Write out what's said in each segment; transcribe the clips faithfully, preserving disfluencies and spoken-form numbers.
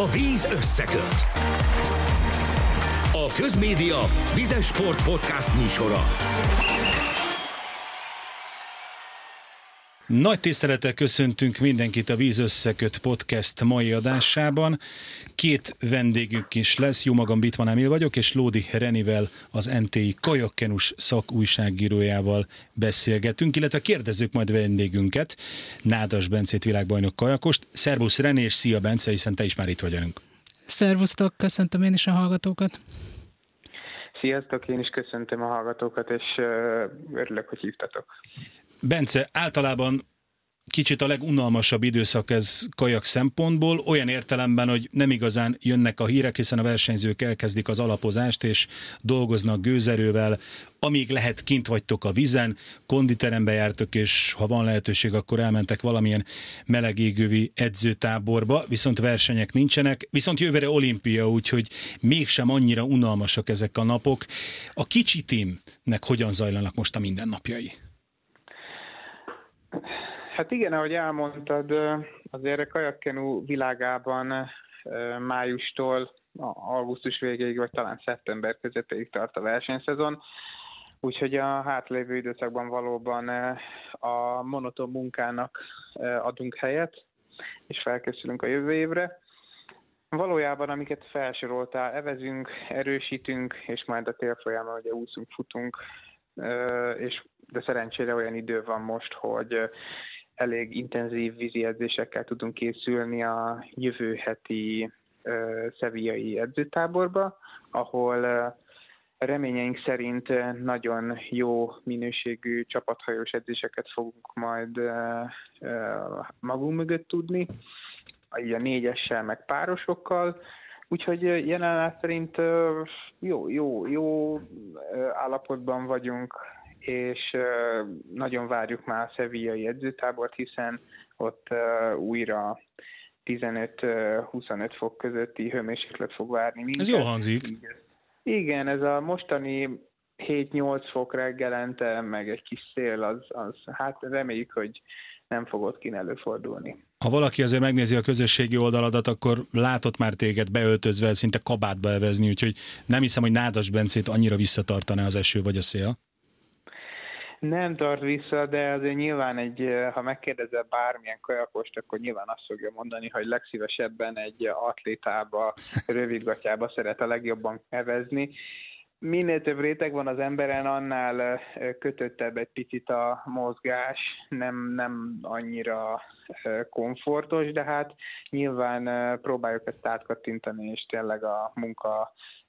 A víz összeköt. A Közmédia Vizes Sport Podcast műsora. Nagy tisztelettel köszöntünk mindenkit a Víz Összeköt podcast mai adásában. Két vendégünk is lesz, jó magam Bitman Emil vagyok, és Lódi Renivel, az en té i kajakkenus szakújságírójával beszélgetünk, illetve kérdezzük majd vendégünket, Nádas Bencét, világbajnok kajakost. Szervusz René, és szia Bence, hiszen te is már itt vagy velünk. Szervusztok, köszöntöm én is a hallgatókat. Sziasztok, én is köszöntöm a hallgatókat, és örülök, hogy hívtatok. Bence, általában kicsit a legunalmasabb időszak ez kajak szempontból, olyan értelemben, hogy nem igazán jönnek a hírek, hiszen a versenyzők elkezdik az alapozást, és dolgoznak gőzerővel, amíg lehet kint vagytok a vízen, konditerembe jártok, és ha van lehetőség, akkor elmentek valamilyen meleg égővi edzőtáborba, viszont versenyek nincsenek, viszont jövőre olimpia, úgyhogy mégsem annyira unalmasak ezek a napok. A kicsi tímnek hogyan zajlanak most a mindennapjai? Hát igen, ahogy elmondtad, azért a kajakkenu világában májustól augusztus végéig, vagy talán szeptember közepéig tart a versenyszezon, úgyhogy a hátralévő időszakban valóban a monoton munkának adunk helyet, és felkészülünk a jövő évre. Valójában, amiket felsoroltál, evezünk, erősítünk, és majd a tél folyamán ugye úszunk, futunk, és de szerencsére olyan idő van most, hogy elég intenzív vízi edzésekkel tudunk készülni a jövő heti uh, szevillai edzőtáborba, ahol uh, reményeink szerint nagyon jó minőségű csapathajós edzéseket fogunk majd uh, uh, magunk mögött tudni, így a négyessel, meg párosokkal. Úgyhogy jelenleg szerint uh, jó, jó, jó uh, állapotban vagyunk, és nagyon várjuk már a szevillai edzőtábort, hiszen ott újra tizenöt-huszonöt fok közötti hőmérséklet fog várni minket. Ez jól hangzik. Igen, ez a mostani hét-nyolc fok reggelente, meg egy kis szél, az, az hát reméljük, hogy nem fog ott kint előfordulni. Ha valaki azért megnézi a közösségi oldaladat, akkor látott már téged beöltözve, szinte kabátba evezni, úgyhogy nem hiszem, hogy Nádas Bencét annyira visszatartaná az eső vagy a szél. Nem tart vissza, de azért nyilván egy, ha megkérdezel bármilyen kajakost, akkor nyilván azt fogja mondani, hogy legszívesebben egy atlétába, rövidgatjába szeret a legjobban evezni. Minél több réteg van az emberen, annál kötöttebb egy picit a mozgás, nem, nem annyira komfortos, de hát nyilván próbáljuk ezt átkattintani, és tényleg a munka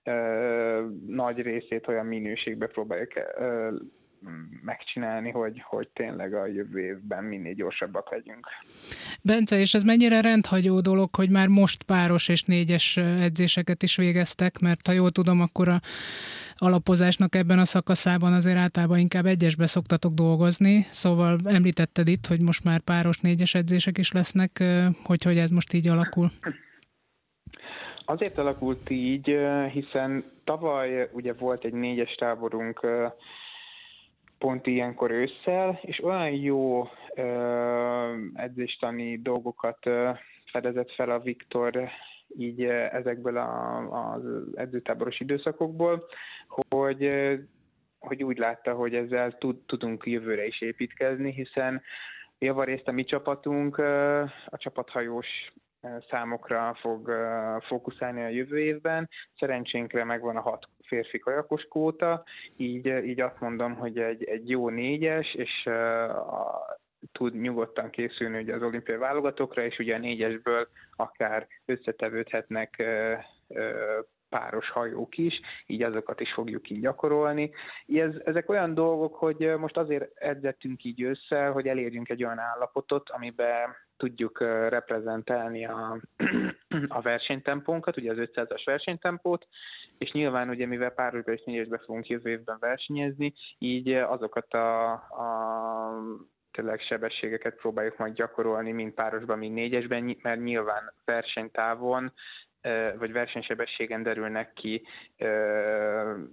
nagy részét olyan minőségbe próbáljuk megcsinálni, hogy, hogy tényleg a jövő évben minél gyorsabbak legyünk. Bence, és ez mennyire rendhagyó dolog, hogy már most páros és négyes edzéseket is végeztek, mert ha jól tudom, akkor a alapozásnak ebben a szakaszában azért általában inkább egyesbe szoktatok dolgozni, szóval említetted itt, hogy most már páros négyes edzések is lesznek, hogy, hogy ez most így alakul? Azért alakult így, hiszen tavaly ugye volt egy négyes táborunk pont ilyenkor ősszel, és olyan jó ö, edzéstani dolgokat ö, fedezett fel a Viktor így ö, ezekből a, az edzőtáboros időszakokból, hogy, ö, hogy úgy látta, hogy ezzel tud, tudunk jövőre is építkezni, hiszen javarészt a mi csapatunk ö, a csapathajós számokra fog uh, fókuszálni a jövő évben. Szerencsénkre megvan a hat férfi kajakos kvóta, így, így azt mondom, hogy egy, egy jó négyes, és uh, a, tud nyugodtan készülni ugye az olimpiai válogatókra, és ugye a négyesből akár összetevődhetnek uh, uh, páros hajók is, így azokat is fogjuk így gyakorolni. Ez, ezek olyan dolgok, hogy most azért edzettünk így össze, hogy elérjünk egy olyan állapotot, amiben tudjuk reprezentálni a, a versenytempónkat, ugye az ötszázas versenytempót, és nyilván ugye mivel párosban és négyesben fogunk jövő évben versenyezni, így azokat a, a tényleg sebességeket próbáljuk majd gyakorolni, mind párosban, mind négyesben, mert nyilván versenytávon vagy versenysebességen derülnek ki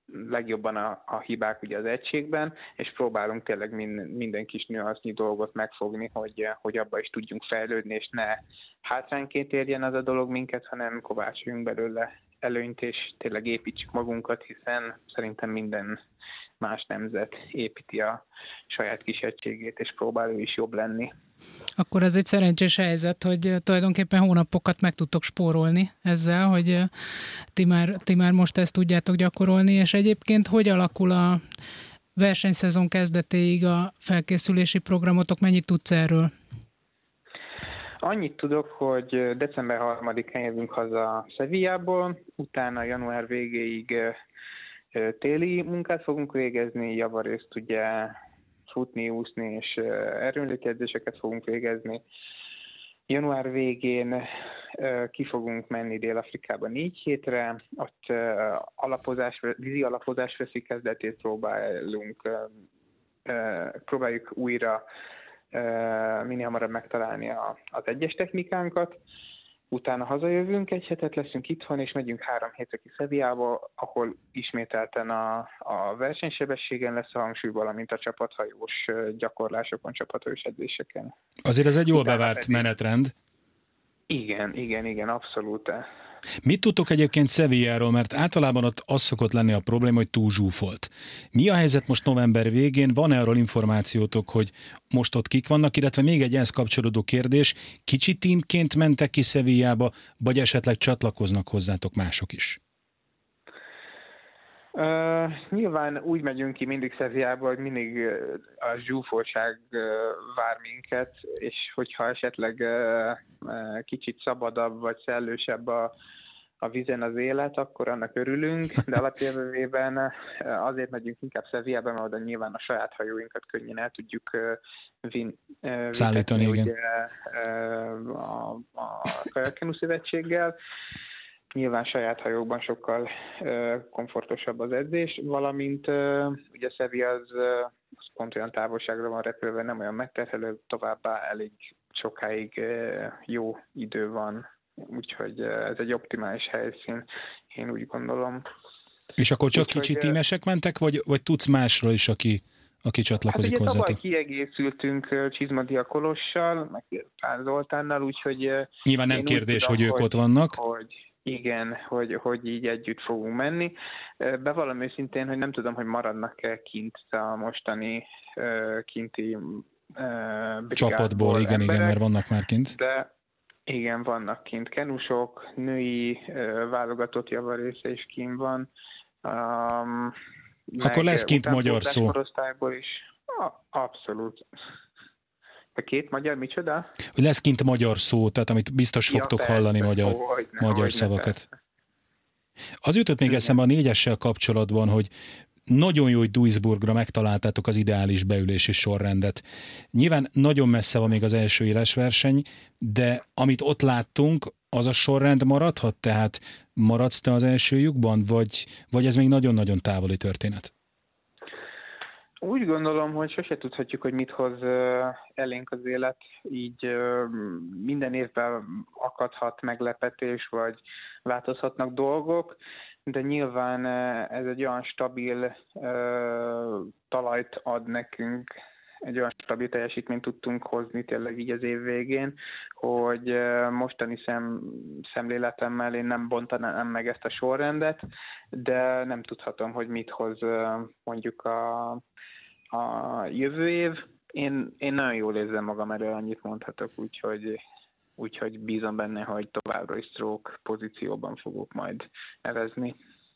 legjobban a, a hibák ugye az egységben, és próbálunk tényleg minden, minden kis nüansznyi dolgot megfogni, hogy, hogy abba is tudjunk fejlődni, és ne hátrányként érjen az a dolog minket, hanem kovácsoljunk belőle előnyt, és tényleg építsük magunkat, hiszen szerintem minden más nemzet építi a saját kis egységét, és próbál ő is jobb lenni. Akkor ez egy szerencsés helyzet, hogy tulajdonképpen hónapokat meg tudtok spórolni ezzel, hogy ti már, ti már most ezt tudjátok gyakorolni, és egyébként hogy alakul a versenyszezon kezdetéig a felkészülési programotok, mennyit tudsz erről? Annyit tudok, hogy december harmadikán jövünk haza Sevillából, utána január végéig téli munkát fogunk végezni, javarészt ugye futni, úszni és erőnléti edzéseket fogunk végezni. Január végén ki fogunk menni Dél-Afrikába négy hétre, ott alapozás, vízi alapozás veszi kezdetét próbálunk, próbáljuk újra minél hamarabb megtalálni az egyes technikánkat. Utána hazajövünk, egy hetet leszünk itthon, és megyünk három hétre ki Sevillába, ahol ismételten a, a versenysebességen lesz a hangsúly, valamint a csapathajós gyakorlásokon, csapathajós edzéseken. Azért ez egy jól bevárt pedig... menetrend. Igen, igen, igen, abszolút. Mit tudtok egyébként Sevilláról, mert általában ott az szokott lenni a probléma, hogy túl zsúfolt. Mi a helyzet most november végén? Van-e arról információtok, hogy most ott kik vannak, illetve még egy ehhez kapcsolódó kérdés, kicsi tímként mentek ki Sevillába, vagy esetleg csatlakoznak hozzátok mások is? Uh, nyilván úgy megyünk ki mindig Sevillába, hogy mindig uh, a zsúfoltság uh, vár minket, és hogyha esetleg uh, uh, kicsit szabadabb vagy szellősebb a, a vízen az élet, akkor annak örülünk, de alapjövőben uh, azért megyünk inkább Sevillába, mert oda nyilván a saját hajóinkat könnyen el tudjuk uh, vin, uh, szállítani, igen. Ugye, uh, a, a Kajakkenu Szövetséggel. Nyilván saját hajókban sokkal uh, komfortosabb az edzés, valamint uh, ugye Sevilla az, uh, az pont olyan távolságra van repülve, nem olyan megterhelő, továbbá elég sokáig uh, jó idő van, úgyhogy uh, ez egy optimális helyszín, én úgy gondolom. És akkor csak úgyhogy, kicsi tímesek mentek, vagy, vagy tudsz másról is, aki, aki csatlakozik hát ugye hozzátok? Tavaly kiegészültünk uh, Csizmadia Kolossal, meg Pál Zoltánnal, úgyhogy uh, nyilván nem kérdés, tudom, hogy ők hogy, ott vannak. Hogy, Igen, hogy, hogy így együtt fogunk menni. Bevallom őszintén, hogy nem tudom, hogy maradnak-e kint a mostani kinti csapatból, igen, emberek, igen, mert vannak már kint. De igen, vannak kint kenusok, női válogatott javarésze is kint van. Um, Akkor lesz kint magyar szó. Is. Abszolút. A két magyar micsoda? Hogy lesz kint magyar szó, tehát amit biztos ja, fogtok persze, hallani magyar, hogy ne, magyar hogy szavakat. Ne, az jutott még igen. eszembe a négyessel kapcsolatban, hogy nagyon jó, hogy Duisburgra megtaláltátok az ideális beülési sorrendet. Nyilván nagyon messze van még az első éles verseny, de amit ott láttunk, az a sorrend maradhat? Tehát maradsz te az első lyukban, vagy, vagy ez még nagyon-nagyon távoli történet? Úgy gondolom, hogy sose tudhatjuk, hogy mit hoz elénk az élet, így minden évben akadhat meglepetés, vagy változhatnak dolgok, de nyilván ez egy olyan stabil talajt ad nekünk, egy olyan stabil teljesítményt tudtunk hozni tényleg így az év végén, hogy mostani szem, szemléletemmel én nem bontanám meg ezt a sorrendet, de nem tudhatom, hogy mit hoz mondjuk a, a jövő év. Én, én nagyon jól érzem magam, erről annyit mondhatok, úgyhogy, úgyhogy bízom benne, hogy továbbra is stroke pozícióban fogok majd evezni.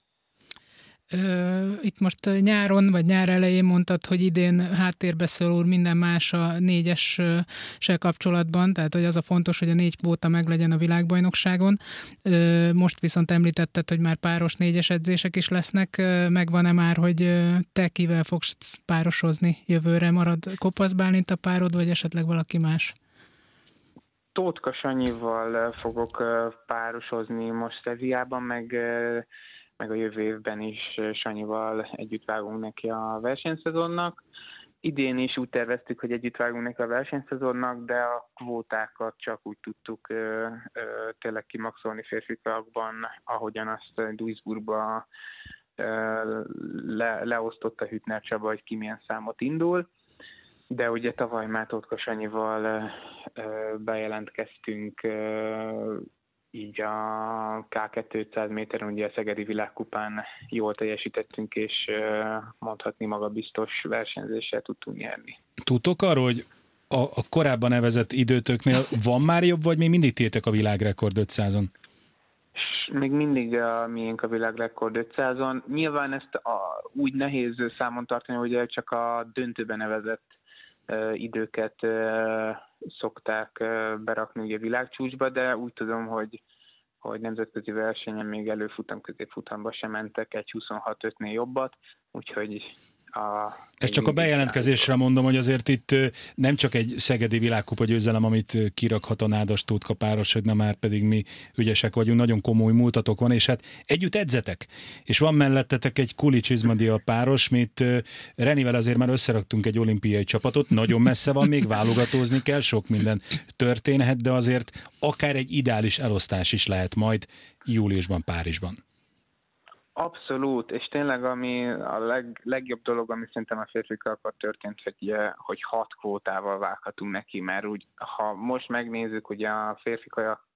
Itt most nyáron, vagy nyár elején mondtad, hogy idén háttérbe szorul minden más a négyessel kapcsolatban, tehát hogy az a fontos, hogy a négy kvóta meglegyen a világbajnokságon. Most viszont említetted, hogy már páros négyes edzések is lesznek. Megvan-e már, hogy te kivel fogsz párosozni jövőre? Marad Kopasz Bálint a párod, vagy esetleg valaki más? Tótka Sanyival fogok párosozni most Sevillában, meg meg a jövő évben is Sanyival együtt vágunk neki a versenyszezonnak. Idén is úgy terveztük, hogy együtt vágunk neki a versenyszezonnak, de a kvótákat csak úgy tudtuk ö, ö, tényleg kimaxolni férfikakban, ahogyan azt Duisburgban le, leosztott a Hüttner Csaba, hogy ki milyen számot indul, de ugye tavaly már Totka Sanyival bejelentkeztünk így a ká kétszáz méteren, ugye a Szegedi Világkupán jól teljesítettünk, és mondhatni magabiztos versenyzéssel tudtunk nyerni. Tudtok arról, hogy a, a korábban nevezett időtöknél van már jobb, vagy még mindig tétek a világrekord ötszázon? Még mindig a miénk a világrekord ötszázon. Nyilván ezt a, úgy nehéz számon tartani, hogy csak a döntőben nevezett uh, időket uh, szokták uh, berakni ugye világcsúcsba, de úgy tudom, hogy, hogy nemzetközi versenyen még előfutam, középfutamban sem mentek egy huszonhat ötnél jobbat, úgyhogy A, Ez csak a bejelentkezésre mondom, hogy azért itt nem csak egy szegedi világkupa győzelem, amit kirakhat a Nádas Tótka páros, hogy na már pedig mi ügyesek vagyunk, nagyon komoly múltatok van, és hát együtt edzetek, és van mellettetek egy Kulics Izmadia páros, mit Renivel azért már összeraktunk egy olimpiai csapatot, nagyon messze van, még válogatózni kell, sok minden történhet, de azért akár egy ideális elosztás is lehet majd júliusban Párizsban. Abszolút, és tényleg ami a leg, legjobb dolog, ami szerintem a férfikkal akkor történt, hogy, hogy hat kvótával vághatunk neki, mert úgy, ha most megnézzük ugye a férfi kajak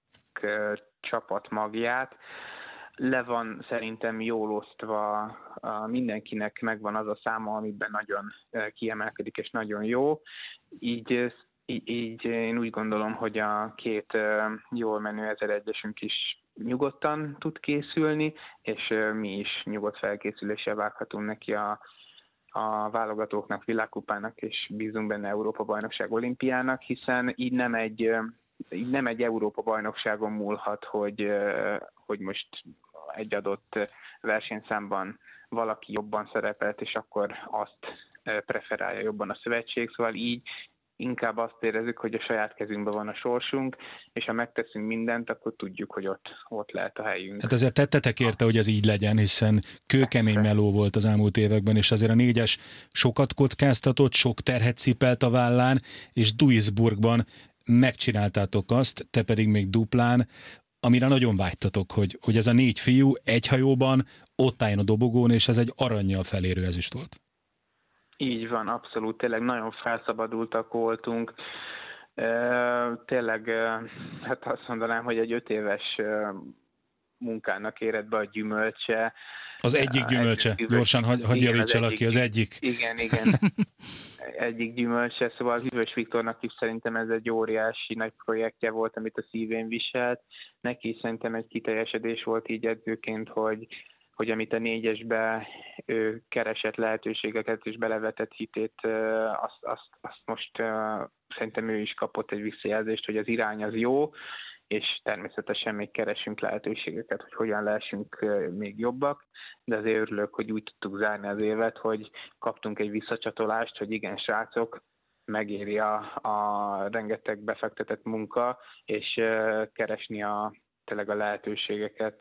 csapat magját, le van szerintem jól osztva, mindenkinek megvan az a száma, amiben nagyon kiemelkedik és nagyon jó, így Így, így én úgy gondolom, hogy a két jól menő ezeregyesünk is nyugodtan tud készülni, és mi is nyugodt felkészüléssel vághatunk neki a, a válogatóknak, világkupának, és bízunk benne Európa-bajnokság, olimpiának, hiszen így nem egy, így nem egy Európa-bajnokságon múlhat, hogy, hogy most egy adott versenyszámban valaki jobban szerepelt, és akkor azt preferálja jobban a szövetség, szóval így inkább azt érezzük, hogy a saját kezünkben van a sorsunk, és ha megteszünk mindent, akkor tudjuk, hogy ott, ott lehet a helyünk. Hát azért tettetek érte, hogy ez így legyen, hiszen kőkemény meló volt az elmúlt években, és azért a négyes sokat kockáztatott, sok terhet cipelt a vállán, és Duisburgban megcsináltátok azt, te pedig még duplán, amire nagyon vágytatok, hogy, hogy ez a négy fiú egy hajóban ott álljon a dobogón, és ez egy arannyal felérő ezüst volt. Így van, abszolút, tényleg nagyon felszabadultak voltunk. Tényleg, hát azt mondanám, hogy egy öt éves munkának érett be a gyümölcse. Az egyik gyümölcse, egyik, gyorsan hagy, hagy javítsa aki, az egyik. Igen, igen, egyik gyümölcse, szóval Hűvös Viktornak is szerintem ez egy óriási nagy projektje volt, amit a szívén viselt. Neki is szerintem egy kiteljesedés volt így edzőként, hogy hogy amit a négyesbe ő keresett lehetőségeket és belevetett hitét, azt, azt, azt most szerintem ő is kapott egy visszajelzést, hogy az irány az jó, és természetesen még keresünk lehetőségeket, hogy hogyan lehessünk még jobbak, de azért örülök, hogy úgy tudtuk zárni az évet, hogy kaptunk egy visszacsatolást, hogy igen, srácok, megéri a, a rengeteg befektetett munka, és keresni a tényleg a lehetőségeket,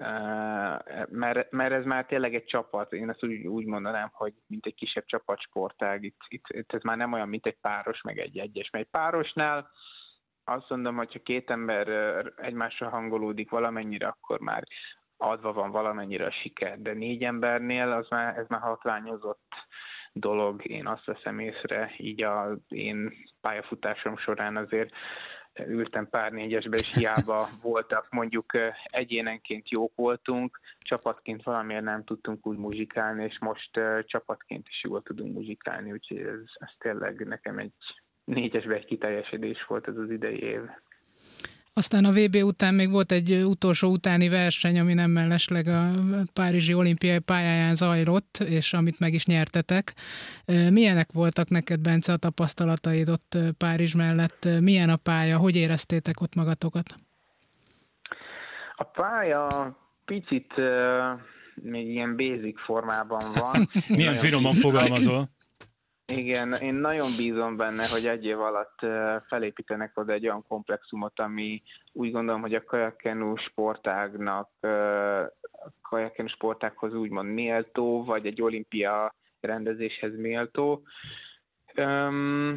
mert, mert ez már tényleg egy csapat. Én ezt úgy, úgy mondanám, hogy mint egy kisebb csapatsportág. Itt, itt, itt ez már nem olyan, mint egy páros, meg egy egyes. Mert egy párosnál azt mondom, hogy ha két ember egymásra hangolódik valamennyire, akkor már adva van valamennyire a siker. De négy embernél az már, ez már hatványozott dolog. Én azt veszem észre, így az én pályafutásom során azért ültem pár négyesbe, és hiába voltak, mondjuk egyénenként jók voltunk, csapatként valamiért nem tudtunk úgy muzsikálni, és most uh, csapatként is jól tudunk muzsikálni, úgyhogy ez, ez tényleg nekem egy négyesbe egy kiteljesedés volt ez az idei év. Aztán a vé bé után még volt egy utolsó utáni verseny, ami nem mellesleg a párizsi olimpiai pályáján zajlott, és amit meg is nyertetek. Milyenek voltak neked, Bence, a tapasztalataid ott Párizs mellett? Milyen a pálya? Hogy éreztétek ott magatokat? A pálya picit uh, még ilyen basic formában van. Milyen finoman fogalmazol? Igen, én nagyon bízom benne, hogy egy év alatt felépítenek oda egy olyan komplexumot, ami úgy gondolom, hogy a kajakkenu sportágnak, a kajakkenu sportághoz úgymond méltó, vagy egy olimpia rendezéshez méltó.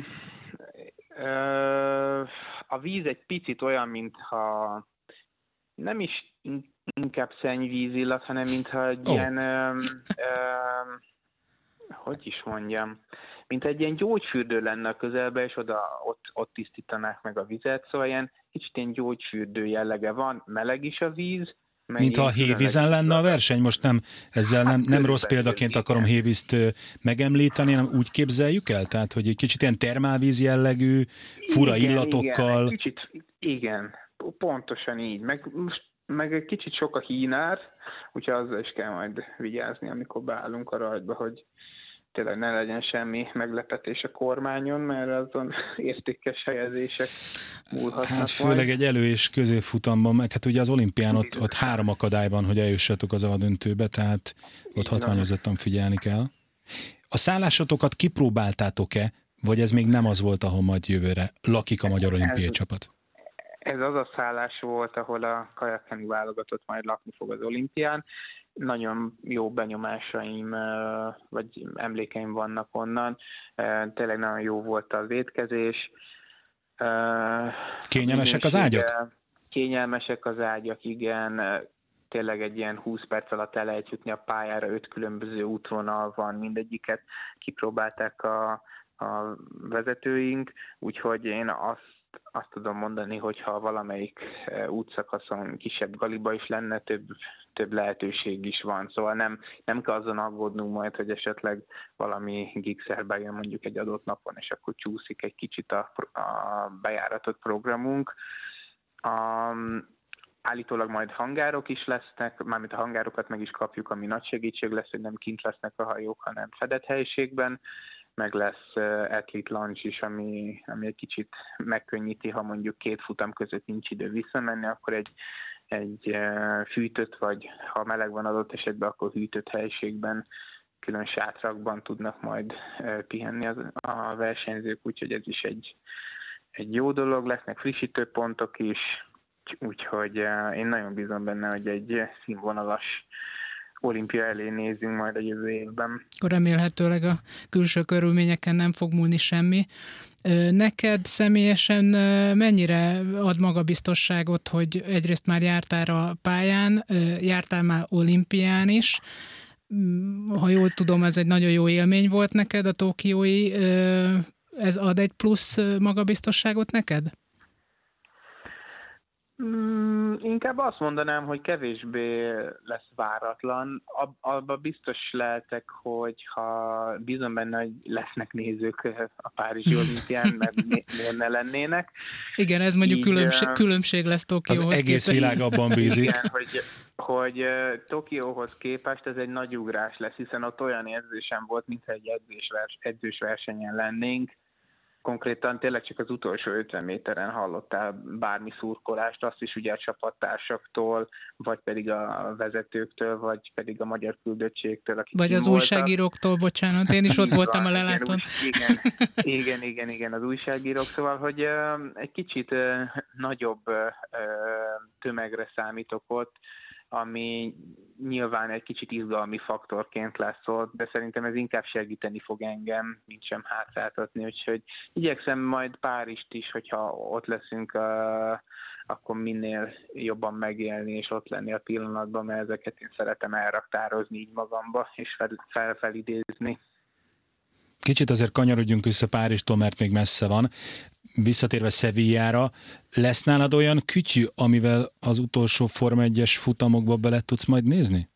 A víz egy picit olyan, mintha nem is inkább szennyvíz illat, hanem mintha egy oh. ilyen, ö, ö, hogy is mondjam, mint egy ilyen gyógyfürdő lenne a közelben, és oda, ott, ott tisztítanák meg a vizet, szóval ilyen kicsit ilyen gyógyfürdő jellege van, meleg is a víz. Mint ha a hévízen lenne a verseny, most nem, ezzel nem, nem rossz példaként akarom hévízt megemlíteni, hanem úgy képzeljük el? Tehát, hogy egy kicsit ilyen termálvíz jellegű, fura igen, illatokkal. Igen, kicsit, igen, pontosan így. Meg, meg egy kicsit sok a hínár, úgyhogy azzal is kell majd vigyázni, amikor beállunk a rajtba, hogy tényleg ne legyen semmi meglepetés a kormányon, mert azon értékes helyezések múlhatnak. Hát főleg majd. Egy elő- és középfutamban, meg hát ugye az olimpián ott, ott három akadály van, hogy eljussatok az A-döntőbe, tehát ott hatványozottan figyelni kell. A szállásotokat kipróbáltátok-e, vagy ez még nem az volt, ahol majd jövőre lakik a Magyar Olimpiai ez, Csapat? Ez az a szállás volt, ahol a kajakkenu válogatott majd lakni fog az olimpián. Nagyon jó benyomásaim, vagy emlékeim vannak onnan. Tényleg nagyon jó volt az étkezés. Kényelmesek az ágyak? Kényelmesek az ágyak, igen. Tényleg egy ilyen húsz perc alatt el lehet jutni a pályára, öt különböző útvonal van, mindegyiket kipróbálták a, a vezetőink, úgyhogy én azt azt tudom mondani, hogy ha valamelyik útszakaszon kisebb galiba is lenne, több, több lehetőség is van. Szóval nem, nem kell azon aggódnunk majd, hogy esetleg valami gigszer bejön mondjuk egy adott napon, és akkor csúszik egy kicsit a, a bejáratott programunk. A, állítólag majd hangárok is lesznek, mármint a hangárokat meg is kapjuk, ami nagy segítség lesz, hogy nem kint lesznek a hajók, hanem fedett helyiségben. Meg lesz athlete lunch is, ami, ami egy kicsit megkönnyíti, ha mondjuk két futam között nincs idő visszamenni, akkor egy, egy fűtött, vagy ha meleg van adott esetben, akkor hűtött helyiségben, külön sátrakban tudnak majd pihenni az, a versenyzők, úgyhogy ez is egy, egy jó dolog, lesznek frissítőpontok is, úgyhogy én nagyon bízom benne, hogy egy színvonalas olimpia elé nézünk majd a jövő évben. Akkor remélhetőleg a külső körülményeken nem fog múlni semmi. Neked személyesen mennyire ad magabiztosságot, hogy egyrészt már jártál a pályán, jártál már olimpián is, ha jól tudom, ez egy nagyon jó élmény volt neked, a tokiói, ez ad egy plusz magabiztosságot neked? Mm, inkább azt mondanám, hogy kevésbé lesz váratlan. Ab, abba biztos lehetek, hogy ha bízom benne, hogy lesznek nézők a Párizsi olimpián, mert mi, miért ne lennének. Igen, ez mondjuk Így, különbség, különbség lesz Tokióhoz az egész képest. Világ abban bízik. Igen, hogy, hogy Tokióhoz képest ez egy nagy ugrás lesz, hiszen ott olyan érzésem volt, mintha egy edzős, edzős versenyen lennénk. Konkrétan tényleg csak az utolsó ötven méteren hallottál bármi szurkolást, azt is ugye a csapattársaktól, vagy pedig a vezetőktől, vagy pedig a magyar küldöttségtől. Vagy az voltak. Újságíróktól, bocsánat, én is ott voltam a lelátón. Igen, igen, igen, igen, az újságírók, szóval, hogy uh, egy kicsit uh, nagyobb uh, tömegre számítok ott, ami nyilván egy kicsit izgalmi faktorként lesz ott, de szerintem ez inkább segíteni fog engem, mint sem hátráltatni, úgyhogy igyekszem majd Párizst is, hogyha ott leszünk, uh, akkor minél jobban megélni, és ott lenni a pillanatban, mert ezeket én szeretem elraktározni így magamba, és fel, fel, felidézni. Kicsit azért kanyarodjunk vissza Párizstól, mert még messze van. Visszatérve Sevillára, lesz nálad olyan kütyű, amivel az utolsó Forma egyes futamokba bele tudsz majd nézni?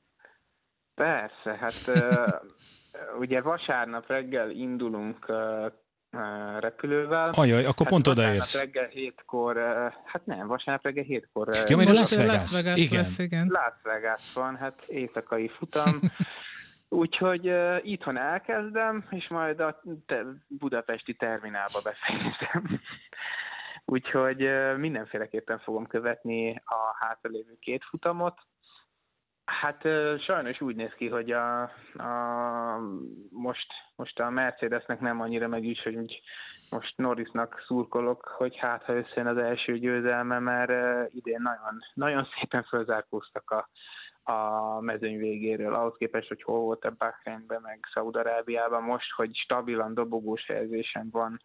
Persze, hát uh, ugye vasárnap reggel indulunk uh, repülővel. Ajaj, akkor hát pont odaérsz. Vasárnap reggel hétkor, uh, hát nem, vasárnap reggel hétkor. Uh, ja, mert Las Vegas. Las Vegas igen. Lesz, igen. Las Vegas van, hát éjszakai futam. Úgyhogy uh, itthon elkezdem, és majd a te- budapesti terminálba befejezem. Úgyhogy uh, mindenféleképpen fogom követni a hátralévő két futamot. Hát uh, sajnos úgy néz ki, hogy a, a, most, most a Mercedesnek nem annyira megüs, hogy úgy most Norrisnak szurkolok, hogy hát ha összejön az első győzelme, mert uh, idén nagyon, nagyon szépen fölzárkóztak a a mezőny végéről, ahhoz képest, hogy hol volt a Bahreinben, meg Szaúd-Arábiában most, hogy stabilan dobogós helyezésen van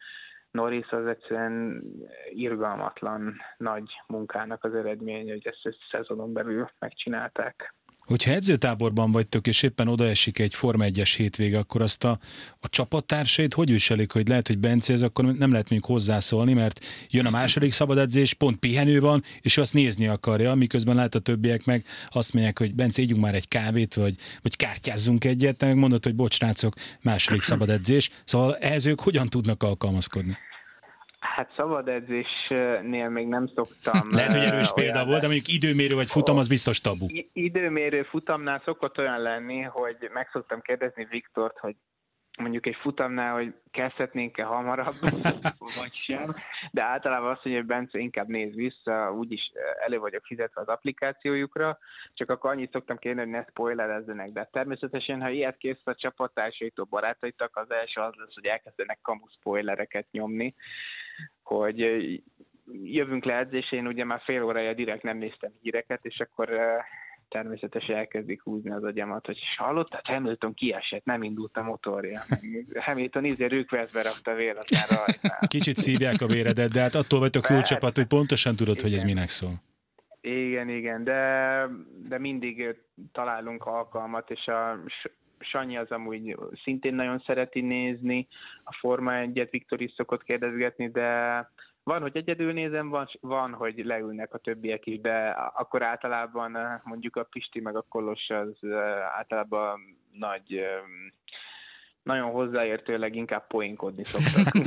Norris az egyszerűen irgalmatlan nagy munkának az eredménye, hogy ezt a szezonon belül megcsinálták. Hogyha edzőtáborban vagytok, és éppen odaesik egy Forma egyes hétvége, akkor azt a, a csapattársait hogy viselik, hogy lehet, hogy Bence, ez akkor nem lehet mondjuk hozzászólni, mert jön a második szabadedzés, pont pihenő van, és azt nézni akarja, miközben lát a többiek meg azt mondják, hogy Bence, ígyunk már egy kávét, vagy, vagy kártyázzunk egyet, meg mondod, hogy bocs, rácok, második szabadedzés. Szóval ehhez ők hogyan tudnak alkalmazkodni? Hát szabad edzésnél még nem szoktam. Lehet, hogy erős példa olyan volt, de mondjuk időmérő vagy futam, az biztos tabu. Időmérő futamnál szokott olyan lenni, hogy meg szoktam kérdezni Viktort, hogy mondjuk egy futamnál, hogy kezdhetnénk-e hamarabb, vagy sem, de általában azt mondja, hogy Bence inkább néz vissza, úgyis elő vagyok fizetve az applikációjukra, csak akkor annyit szoktam kérni, hogy ne spoilerezzenek, de természetesen, ha ilyet kész a csapattársaitól, barátaitok, az első az lesz, hogy elkezdenek kamu spoilereket nyomni, hogy jövünk le edzésén, ugye már fél órája direkt nem néztem híreket, és akkor természetesen elkezdik húzni az agyamat, hogy hallottad, Hamilton kiesett, nem indult a motorja. Hamilton ízé rükvercbe rakta véletlen rajtnál. Kicsit szívják a véredet, de hát attól vagytok jó csapat, hogy pontosan tudod, igen, hogy ez minek szól. Igen, igen, de, de mindig találunk alkalmat, és a Sanyi az amúgy szintén nagyon szereti nézni, a Forma egyet Viktor is szokott kérdezgetni, de van, hogy egyedül nézem, van, van, hogy leülnek a többiek is, de akkor általában mondjuk a Pisti meg a Kolos az általában nagy, nagyon hozzáértőleg inkább poénkodni szoktak.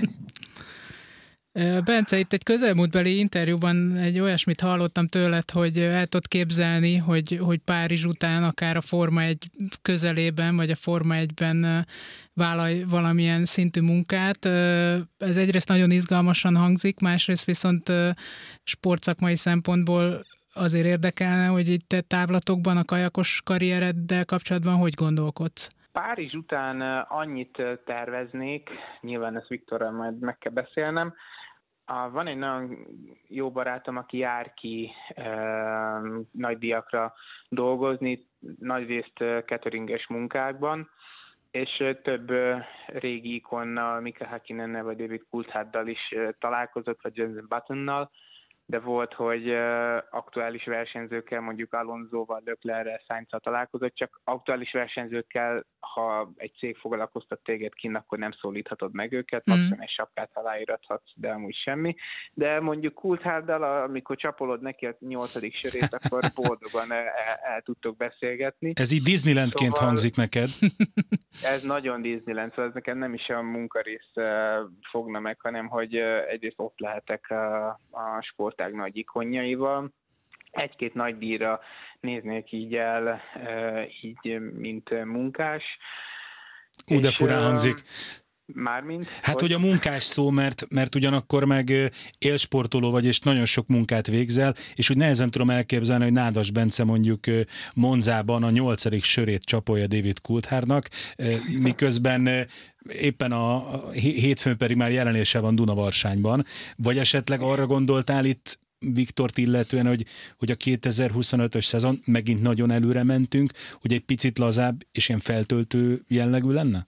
Bence, itt egy közelmúltbeli interjúban egy olyasmit hallottam tőled, hogy el tudod képzelni, hogy, hogy Párizs után akár a Forma egy közelében, vagy a Forma egyben vállalj valamilyen szintű munkát. Ez egyrészt nagyon izgalmasan hangzik, másrészt viszont sportszakmai szempontból azért érdekelne, hogy itt te távlatokban a kajakos karriereddel kapcsolatban hogy gondolkodsz? Párizs után annyit terveznék, nyilván ezt Viktorral majd meg kell beszélnem. Van egy nagyon jó barátom, aki jár ki e, nagy díjakra dolgozni, nagyrészt cateringes munkákban, és több régi ikonnal, Mika Häkkinennel vagy David Coultharddal is találkozott, vagy Jenson Buttonnal, de volt, hogy uh, aktuális versenyzőkkel, mondjuk Alonsoval, Leclerrel, Sainzzal találkozott, csak aktuális versenyzőkkel, ha egy cég foglalkoztat téged kinn, akkor nem szólíthatod meg őket, mm. maximum egy sapkát aláírathatsz, de amúgy semmi. De mondjuk Coultharddal, amikor csapolod neki a nyolcadik sörét, akkor boldogan el, el, el tudtok beszélgetni. Ez így Disneylandként szóval hangzik neked? Ez nagyon Disneyland, szóval ez nekem nem is a munkarész uh, fogna meg, hanem hogy uh, egyrészt ott lehetek uh, a sport nagy ikonjaival. Egy-két nagy díjra néznék így el, így, mint munkás. Ú, de furán hangzik. Mármint? Hát, hogy... hogy a munkás szó, mert, mert ugyanakkor meg élsportoló vagy, és nagyon sok munkát végzel, és úgy nehezen tudom elképzelni, hogy Nádas Bence mondjuk Monzában a nyolcadik sörét csapolja David Coulthardnak, miközben éppen a hétfőn pedig már jelenése van Dunavarsányban. Vagy esetleg arra gondoltál itt Viktort illetően, hogy, hogy a kétezer-huszonötös szezon megint nagyon előre mentünk, hogy egy picit lazább és ilyen feltöltő jellegű lenne?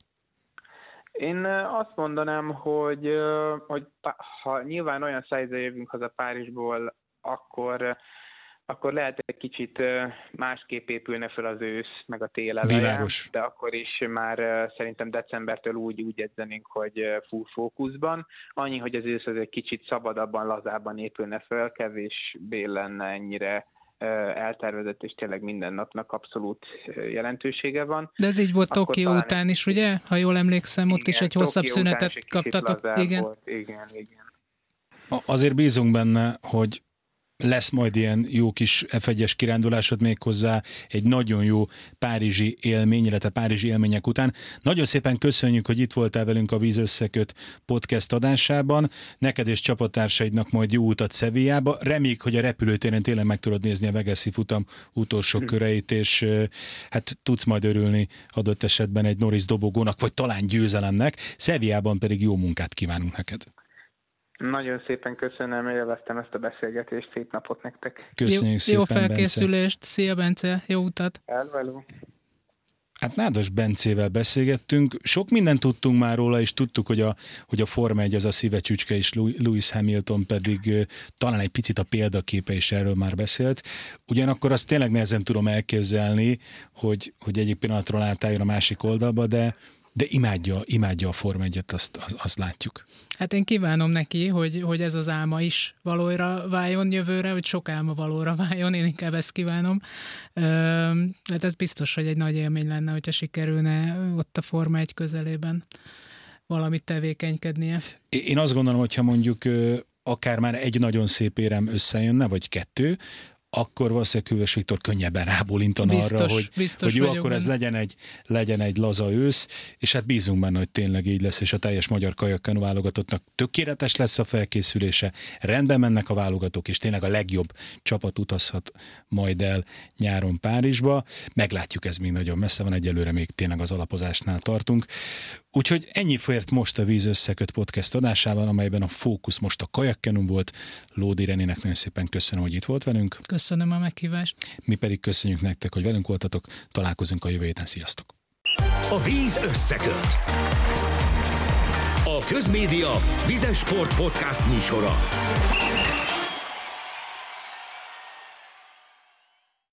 Én azt mondanám, hogy, hogy ha nyilván olyan szájzal jövünk haza Párizsból, akkor, akkor lehet egy kicsit másképp épülne fel az ősz, meg a tél eleje, de akkor is már szerintem decembertől úgy, úgy edzenénk, hogy full fókuszban. Annyi, hogy az ősz az egy kicsit szabadabban, lazábban épülne fel, kevésbé lenne ennyire eltervezett, és tényleg minden napnak abszolút jelentősége van. De ez így volt Tokió után is, ugye? Ha jól emlékszem, igen, ott is egy hosszabb Tokió szünetet kaptatok. Igen. Volt. igen, igen. Azért bízunk benne, hogy lesz majd ilyen jó kis ef egyes kirándulásod, méghozzá egy nagyon jó párizsi élmény, illetve párizsi élmények után. Nagyon szépen köszönjük, hogy itt voltál velünk a Víz Összeköt podcast adásában. Neked és csapattársaidnak majd jó utat Sevillába. Reméljük, hogy a repülőtéren tényleg meg tudod nézni a Vegasi futam utolsó hm. köreit, és hát tudsz majd örülni adott esetben egy Norris dobogónak, vagy talán győzelemnek. Sevillában pedig jó munkát kívánunk neked. Nagyon szépen köszönöm, élveztem ezt a beszélgetést, szép napot nektek. Köszönjük jó, szépen, jó felkészülést, Bence. Szia Bence, jó utat. Elvelő. Hát Nádas Bencével beszélgettünk, sok mindent tudtunk már róla, és tudtuk, hogy a, hogy a Forma egy az a szíve csücske, és Lewis Hamilton pedig talán egy picit a példaképe is erről már beszélt. Ugyanakkor azt tényleg nehezen tudom elképzelni, hogy, hogy egyik pillanatról átálljon a másik oldalba, de de imádja, imádja a Forma egyet, azt, azt, azt látjuk. Hát én kívánom neki, hogy, hogy ez az álma is valóra váljon jövőre, hogy sok álma valóra váljon, én inkább ezt kívánom. Hát ez biztos, hogy egy nagy élmény lenne, hogyha sikerülne ott a Forma egy közelében valamit tevékenykednie. Én azt gondolom, hogyha mondjuk akár már egy nagyon szép érem összejönne, vagy kettő, akkor valószínűleg Hűvös Viktor könnyebben rábólintana biztos, arra, hogy, biztos hogy jó, akkor benne. ez legyen egy, legyen egy laza ősz, és hát bízunk benne, hogy tényleg így lesz, és a teljes magyar kajakkenu válogatottnak tökéletes lesz a felkészülése, rendben mennek a válogatók, és tényleg a legjobb csapat utazhat majd el nyáron Párizsba. Meglátjuk, ez még nagyon messze van, egyelőre még tényleg az alapozásnál tartunk. Úgyhogy ennyi fért most a Víz Összeköt podcast adásával, amelyben a fókusz most a kajakkenum volt. Lódi Renének nagyon szépen köszönöm, hogy itt volt velünk. Köszönöm a meghívást. Mi pedig köszönjük nektek, hogy velünk voltatok. Találkozunk a jövő héten. Sziasztok! A Víz Összeköt. A Közmédia Vizes Sport Podcast műsora.